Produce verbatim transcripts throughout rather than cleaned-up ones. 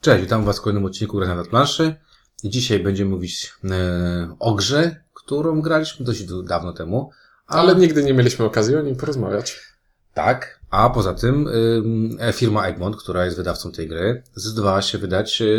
Cześć, witam Was w kolejnym odcinku Grania na planszy. I dzisiaj będziemy mówić e, o grze, którą graliśmy dość dawno temu. A... Ale nigdy nie mieliśmy okazji o nim porozmawiać. Tak, a poza tym e, firma Egmont, która jest wydawcą tej gry, zdecydowała się wydać e,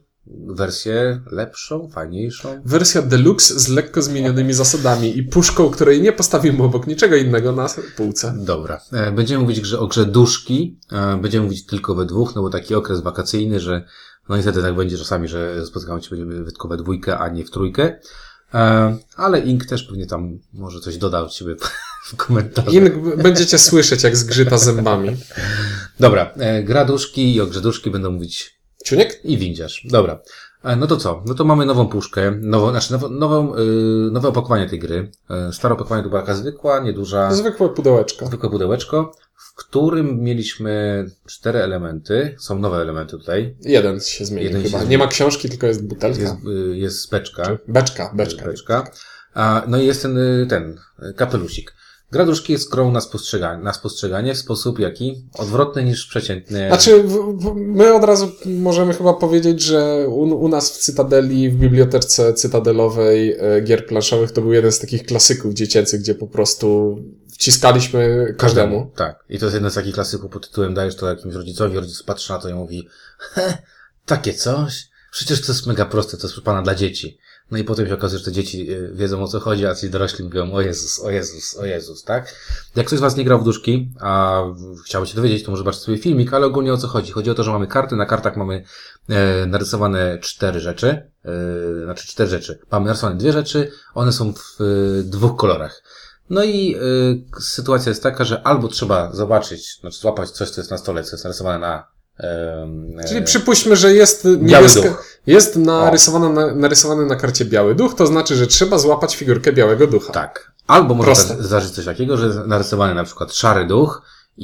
wersję lepszą, fajniejszą. Wersja deluxe z lekko zmienionymi zasadami i puszką, której nie postawimy obok niczego innego na półce. Dobra. E, będziemy mówić grze, o grze Duszki. E, będziemy mówić tylko we dwóch, no bo taki okres wakacyjny, że no niestety tak będzie czasami, że spotykamy się będziemy tylko we dwójkę, a nie w trójkę. E, ale Ink też pewnie tam może coś doda od siebie w komentarzu. Ink będziecie słyszeć, jak zgrzyta zębami. Dobra. E, gra Duszki i o grze Duszki będą mówić Ciuniek i Windziarz. Dobra. E, no to co? No to mamy nową puszkę, nową, znaczy nową, nową yy, nowe opakowanie tej gry. E, stare opakowanie to była taka zwykła, nieduża. Zwykłe pudełeczko. Zwykłe pudełeczko, w którym mieliśmy cztery elementy. Są nowe elementy tutaj. Jeden się zmienił Jeden chyba. się Nie ma książki, tylko jest butelka. Jest, y, jest beczka. Beczka, beczka. beczka. A, no i jest ten, ten kapelusik. Gra Duszki jest grą na spostrzeganie, na spostrzeganie w sposób jaki? Odwrotny niż przeciętny. Znaczy, w, w, my od razu możemy chyba powiedzieć, że u, u nas w Cytadeli, w bibliotece cytadelowej e, gier planszowych to był jeden z takich klasyków dziecięcych, gdzie po prostu wciskaliśmy każdemu. Tak. I to jest jeden z takich klasyków pod tytułem dajesz to jakimś rodzicowi, rodzic patrzy na to i mówi he, takie coś? Przecież to jest mega proste, to jest pana dla dzieci. No i potem się okazuje, że te dzieci wiedzą, o co chodzi, a ci dorośli mówią o Jezus, o Jezus, o Jezus, tak? Jak ktoś z Was nie grał w Duszki, a chciałby się dowiedzieć, to może zobaczyć sobie filmik, ale ogólnie o co chodzi? Chodzi o to, że mamy karty, na kartach mamy e, narysowane cztery rzeczy, e, znaczy cztery rzeczy. Mamy narysowane dwie rzeczy, one są w e, dwóch kolorach. No i e, sytuacja jest taka, że albo trzeba zobaczyć, znaczy złapać coś, co jest na stole, co jest narysowane na Czyli przypuśćmy, że jest niebieska, jest narysowana, na, narysowany na karcie biały duch, to znaczy, że trzeba złapać figurkę białego ducha. Tak. Albo może Proste. zdarzyć coś takiego, że jest narysowany na przykład szary duch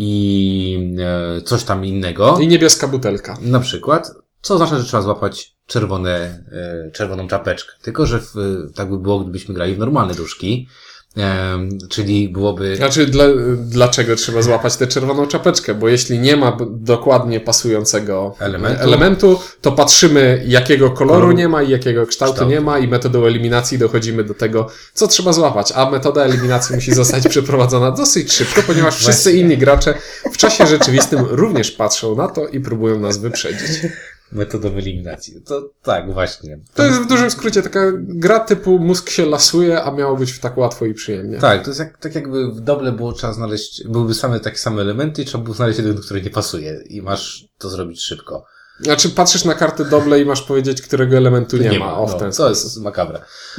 i e, coś tam innego. I niebieska butelka. Na przykład, co oznacza, że trzeba złapać czerwone, e, czerwoną czapeczkę. Tylko, że w, tak by było, gdybyśmy grali w normalne duszki. Um, czyli byłoby... Znaczy, dla, dlaczego trzeba złapać tę czerwoną czapeczkę? Bo jeśli nie ma dokładnie pasującego elementu, elementu to patrzymy, jakiego koloru Kolor... nie ma i jakiego kształtu Kształt. nie ma i metodą eliminacji dochodzimy do tego, co trzeba złapać. A metoda eliminacji musi zostać przeprowadzona dosyć szybko, ponieważ wszyscy Właśnie. inni gracze w czasie rzeczywistym również patrzą na to i próbują nas wyprzedzić. Metodą eliminacji. To tak, właśnie. To jest w dużym skrócie taka gra typu mózg się lasuje, a miało być tak łatwo i przyjemnie. Tak, to jest jak, tak jakby w doble było trzeba znaleźć, byłyby same takie same elementy i trzeba było znaleźć jeden, który nie pasuje i masz to zrobić szybko. Znaczy patrzysz na kartę doble i masz powiedzieć, którego elementu nie, nie ma. O, w no, ten to jest makabra.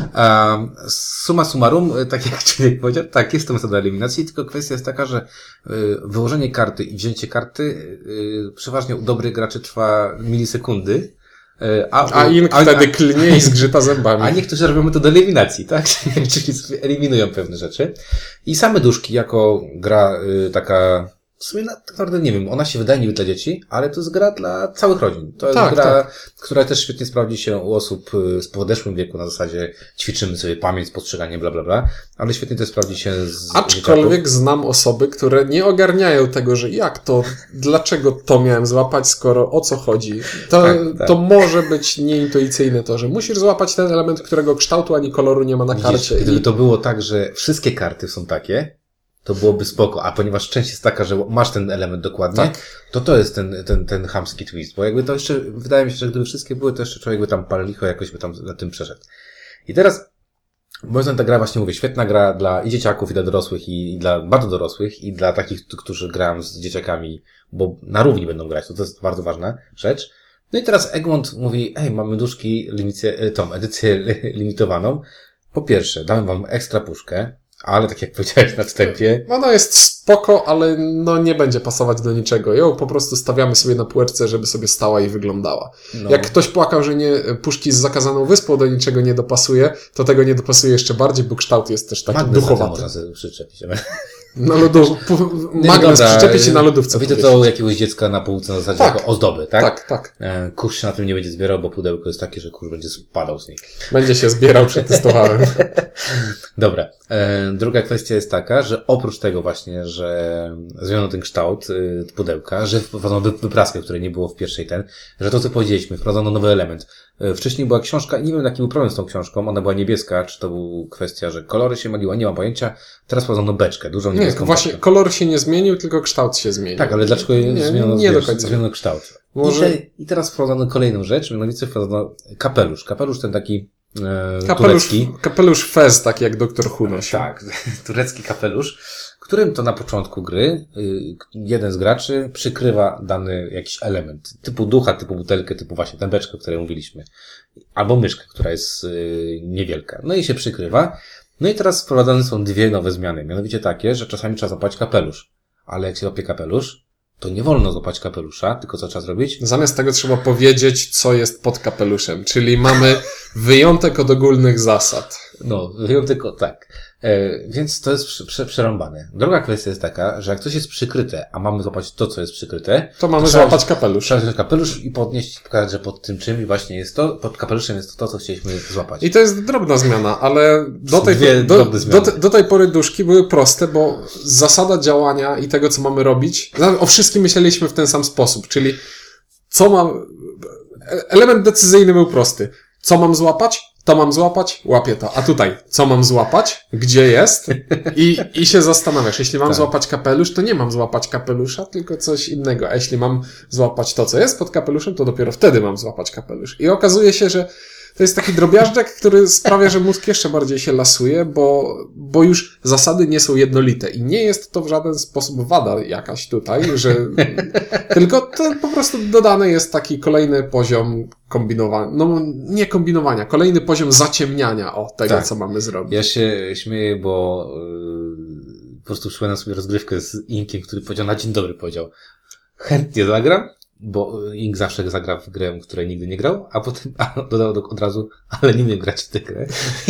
Um, summa summarum, tak jak człowiek powiedział, tak, jest to metoda eliminacji, tylko kwestia jest taka, że y, wyłożenie karty i wzięcie karty y, przeważnie u dobrych graczy trwa milisekundy. Y, a a Ink wtedy klnie i zgrzyta zębami. A niektórzy robią metodę eliminacji, tak? Czyli sobie eliminują pewne rzeczy. I same duszki jako gra y, taka... W sumie tak naprawdę nie wiem, ona się wydaje niby dla dzieci, ale to jest gra dla całych rodzin. To jest tak, gra, tak. która też świetnie sprawdzi się u osób z podeszłym wieku, na zasadzie ćwiczymy sobie pamięć, spostrzeganie, bla, bla, bla, ale świetnie też sprawdzi się z Aczkolwiek dzieciaków. Znam osoby, które nie ogarniają tego, że jak to, dlaczego to miałem złapać, skoro o co chodzi. To, tak, tak. to może być nieintuicyjne to, że musisz złapać ten element, którego kształtu ani koloru nie ma na Widzisz, karcie. Gdyby i... to było tak, że wszystkie karty są takie, to byłoby spoko, a ponieważ część jest taka, że masz ten element dokładnie, tak. to to jest ten, ten, ten chamski twist, bo jakby to jeszcze, wydaje mi się, że gdyby wszystkie były, to jeszcze człowiek by tam pal licho jakoś by tam na tym przeszedł. I teraz, moim zdaniem ta gra, właśnie mówię, świetna gra dla i dzieciaków, i dla dorosłych, i, i dla bardzo dorosłych, i dla takich, którzy grają z dzieciakami, bo na równi będą grać, to, to jest bardzo ważna rzecz. No i teraz Egmont mówi, ej, mamy duszki, limitę, tą edycję limitowaną. Po pierwsze, damy wam ekstra puszkę, ale tak jak powiedziałeś na wstępie... Ona jest spoko, ale no nie będzie pasować do niczego. Ją po prostu stawiamy sobie na półeczce, żeby sobie stała i wyglądała. No. Jak ktoś płakał, że nie puszki z zakazaną wyspą do niczego nie dopasuje, to tego nie dopasuje jeszcze bardziej, bo kształt jest też taki Magnes duchowaty. można sobie przyczepić. Na lodu... Magnes przyczepi się na lodówce. Widzę to u jakiegoś dziecka na półce na zasadzie tak. jako ozdoby, tak? Tak, tak. Kurz się na tym nie będzie zbierał, bo pudełko jest takie, że kurz będzie spadał z niej. Będzie się zbierał, przetestowałem. Dobra. Druga kwestia jest taka, że oprócz tego właśnie, że zmieniono ten kształt pudełka, że wprowadzono wypraskę, której nie było w pierwszej ten, że to co powiedzieliśmy, wprowadzono nowy element. Wcześniej była książka i nie wiem jaki był problem z tą książką, ona była niebieska, czy to była kwestia, że kolory się myliły, nie mam pojęcia. Teraz wprowadzono beczkę, dużą niebieską Nie, właśnie beczkę. Kolor się nie zmienił, tylko kształt się zmienił. Tak, ale dlaczego nie, zmieniono, nie wiesz, do końca. zmieniono kształt? Może... I, te, I teraz wprowadzono kolejną rzecz, mianowicie wprowadzono kapelusz. Kapelusz ten taki e, kapelusz, turecki. Kapelusz fez, tak jak doktor Who nosił. Tak, turecki kapelusz, którym to na początku gry y, jeden z graczy przykrywa dany jakiś element. Typu ducha, typu butelkę, typu właśnie tę beczkę, o której mówiliśmy. Albo myszkę, która jest y, niewielka. No i się przykrywa. No i teraz wprowadzane są dwie nowe zmiany. Mianowicie takie, że czasami trzeba złapać kapelusz. Ale jak się łapie kapelusz, to nie wolno złapać kapelusza, tylko co trzeba zrobić? Zamiast tego trzeba powiedzieć, co jest pod kapeluszem. Czyli mamy wyjątek od ogólnych zasad. No, wyjątek, tak. E, więc to jest prze, przerąbane. Druga kwestia jest taka, że jak coś jest przykryte, a mamy złapać to, co jest przykryte, to mamy to złapać trzeba, kapelusz. Trzeba wziąć kapelusz i podnieść, pokazać, że pod tym czymś właśnie jest to, pod kapeluszem jest to, co chcieliśmy złapać. I to jest drobna zmiana, ale do tej, Dwie do, do, do, do tej pory duszki były proste, bo zasada działania i tego, co mamy robić, o wszystkim myśleliśmy w ten sam sposób, czyli co mam, element decyzyjny był prosty. Co mam złapać? To mam złapać? Łapię to. A tutaj, co mam złapać? Gdzie jest? I, i się zastanawiasz. Jeśli mam tak. złapać kapelusz, to nie mam złapać kapelusza, tylko coś innego. A jeśli mam złapać to, co jest pod kapeluszem, to dopiero wtedy mam złapać kapelusz. I okazuje się, że to jest taki drobiażdżek, który sprawia, że mózg jeszcze bardziej się lasuje, bo, bo już zasady nie są jednolite. I nie jest to w żaden sposób wada jakaś tutaj, że tylko to po prostu dodany jest taki kolejny poziom kombinowania, no nie kombinowania, kolejny poziom zaciemniania o tego, tak. co mamy zrobić. Ja się śmieję, bo yy, po prostu przypominam sobie rozgrywkę z Inkiem, który powiedział na dzień dobry, powiedział chętnie zagram, bo Ink zawsze zagra w grę, w której nigdy nie grał, a potem a dodał od razu, ale nie umiem grać w tę grę.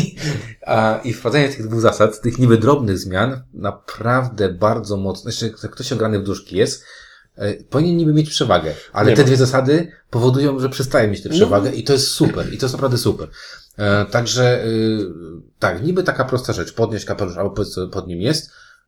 A, I wprowadzenie tych dwóch zasad, tych niby drobnych zmian, naprawdę bardzo mocno, jeszcze jak ktoś ograny w duszki jest, e, powinien niby mieć przewagę, ale nie te ma. dwie zasady powodują, że przestaje mieć tę przewagę no. i to jest super, i to jest naprawdę super. E, także, e, tak, niby taka prosta rzecz, podnieść kapelusz, albo powiedz, co pod nim jest.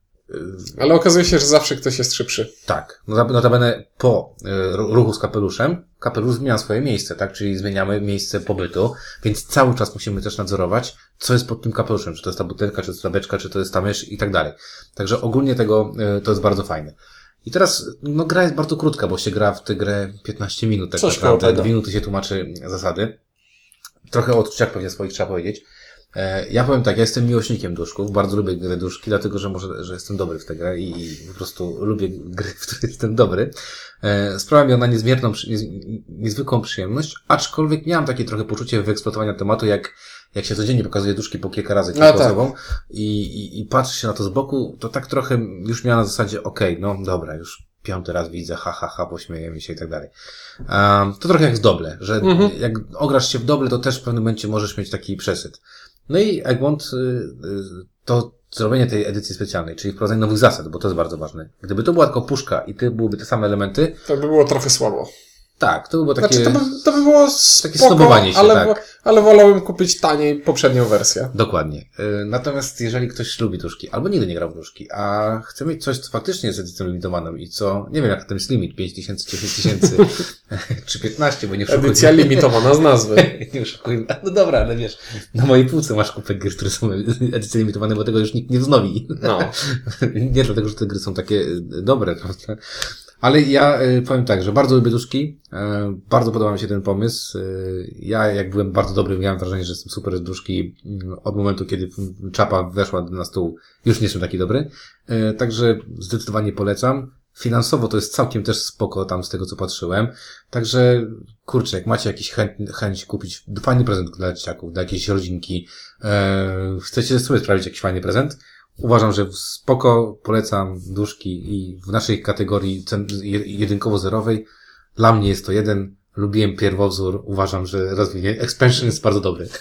Ale okazuje się, że zawsze ktoś jest szybszy. Tak. Notabene po y, ruchu z kapeluszem, kapelusz zmienia swoje miejsce, tak? Czyli zmieniamy miejsce pobytu, więc cały czas musimy też nadzorować, co jest pod tym kapeluszem. Czy to jest ta butelka, czy to jest ta beczka, czy to jest ta mysz i tak dalej. Także ogólnie tego, y, to jest bardzo fajne. I teraz, no gra jest bardzo krótka, bo się gra w tę grę piętnaście minut, tak Coś naprawdę. Dwie minuty się tłumaczy zasady. Trochę o odczuciach pewnie swoich trzeba powiedzieć. Ja powiem tak, ja jestem miłośnikiem duszków, bardzo lubię gry duszki, dlatego, że może, że jestem dobry w tę grę i, i po prostu lubię gry, w których jestem dobry. Sprawia mi ona niezmierną, niez, niezwykłą przyjemność, aczkolwiek miałem takie trochę poczucie wyeksploatowania tematu, jak, jak się codziennie pokazuje duszki po kilka razy kilka tak. osobom i, i, i patrzy się na to z boku, to tak trochę już miałem na zasadzie, okej, okay, no dobra, już piąty raz widzę, ha, ha, ha, pośmiejemy się i tak dalej. Um, to trochę jak z Doble, że mhm. jak ograsz się w Doble, to też w pewnym momencie możesz mieć taki przesyt. No i Egmont, to zrobienie tej edycji specjalnej, czyli wprowadzenie nowych zasad, bo to jest bardzo ważne. Gdyby to była tylko puszka i ty byłyby te same elementy, to by było trochę słabo. Tak, to by było takie... Znaczy, to by, to by było spoko, takie snobowanie się, ale, tak. ale wolałbym kupić taniej poprzednią wersję. Dokładnie. Natomiast jeżeli ktoś lubi duszki, albo nigdy nie grał w duszki, a chce mieć coś, co faktycznie jest edycją limitowaną i co, nie wiem jak ten jest limit, pięć tysięcy, dziesięć tysięcy, czy piętnaście, bo nie oszukujmy. Edycja limitowana z nazwy. Nie oszukujmy. No dobra, ale wiesz, na mojej półce masz kupę gier, które są edycje limitowane, bo tego już nikt nie wznowi. No. Nie dlatego, że te gry są takie dobre, prawda? Ale ja y, powiem tak, że bardzo lubię duszki, y, bardzo podoba mi się ten pomysł. Y, ja jak byłem bardzo dobry, miałem wrażenie, że jestem super z duszki y, od momentu, kiedy czapa weszła na stół, już nie jestem taki dobry. Y, także zdecydowanie polecam. Finansowo to jest całkiem też spoko tam z tego, co patrzyłem. Także, kurczę, jak macie jakiś chęć, chęć kupić fajny prezent dla dzieciaków, dla jakiejś rodzinki, y, chcecie sobie sprawić jakiś fajny prezent, uważam, że spoko, polecam duszki i w naszej kategorii jedynkowo-zerowej. Dla mnie jest to jeden. Lubiłem pierwowzór. Uważam, że rozwinie. Expansion jest bardzo dobry.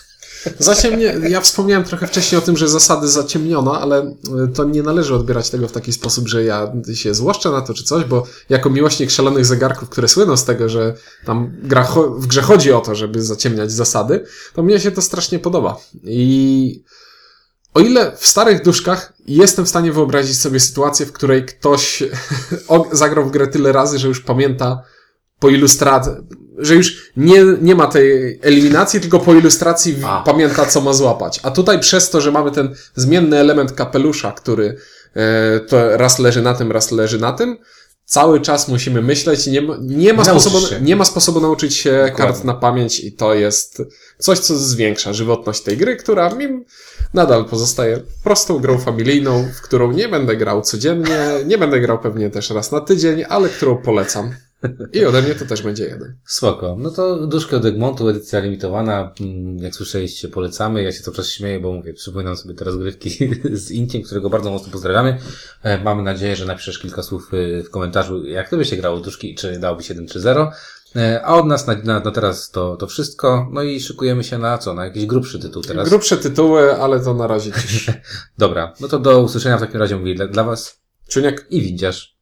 Zaciemnie, ja wspomniałem trochę wcześniej o tym, że zasady zaciemniono, ale to nie należy odbierać tego w taki sposób, że ja się złoszczę na to czy coś, bo jako miłośnik szalonych zegarków, które słyną z tego, że tam gra, w grze chodzi o to, żeby zaciemniać zasady, to mnie się to strasznie podoba. I o ile w starych duszkach jestem w stanie wyobrazić sobie sytuację, w której ktoś zagrał w grę tyle razy, że już pamięta po ilustracji, że już nie, nie ma tej eliminacji, tylko po ilustracji w, pamięta, co ma złapać. A tutaj przez to, że mamy ten zmienny element kapelusza, który e, to raz leży na tym, raz leży na tym, cały czas musimy myśleć i nie ma, nie ma, sposobu, nie ma sposobu nauczyć się Dokładnie. Kart na pamięć i to jest coś, co zwiększa żywotność tej gry, która mi nadal pozostaje prostą grą familijną, w którą nie będę grał codziennie, nie będę grał pewnie też raz na tydzień, ale którą polecam. I ode mnie to też będzie jeden. Spoko. No to Duszkę od Egmontu, edycja limitowana. Jak słyszeliście, polecamy. Ja się cały czas śmieję, bo mówię, przypominam sobie teraz grywki z Inciem, którego bardzo mocno pozdrawiamy. Mamy nadzieję, że napiszesz kilka słów w komentarzu, jak to by się grało Duszki i czy dałoby się jeden trzy zero. A od nas na, na, na teraz to, to wszystko. No i szykujemy się na co? Na jakiś grubszy tytuł teraz. Grubsze tytuły, ale to na razie cisz. Dobra. No to do usłyszenia w takim razie mówię dla, dla was. Czuniek i Windziarz.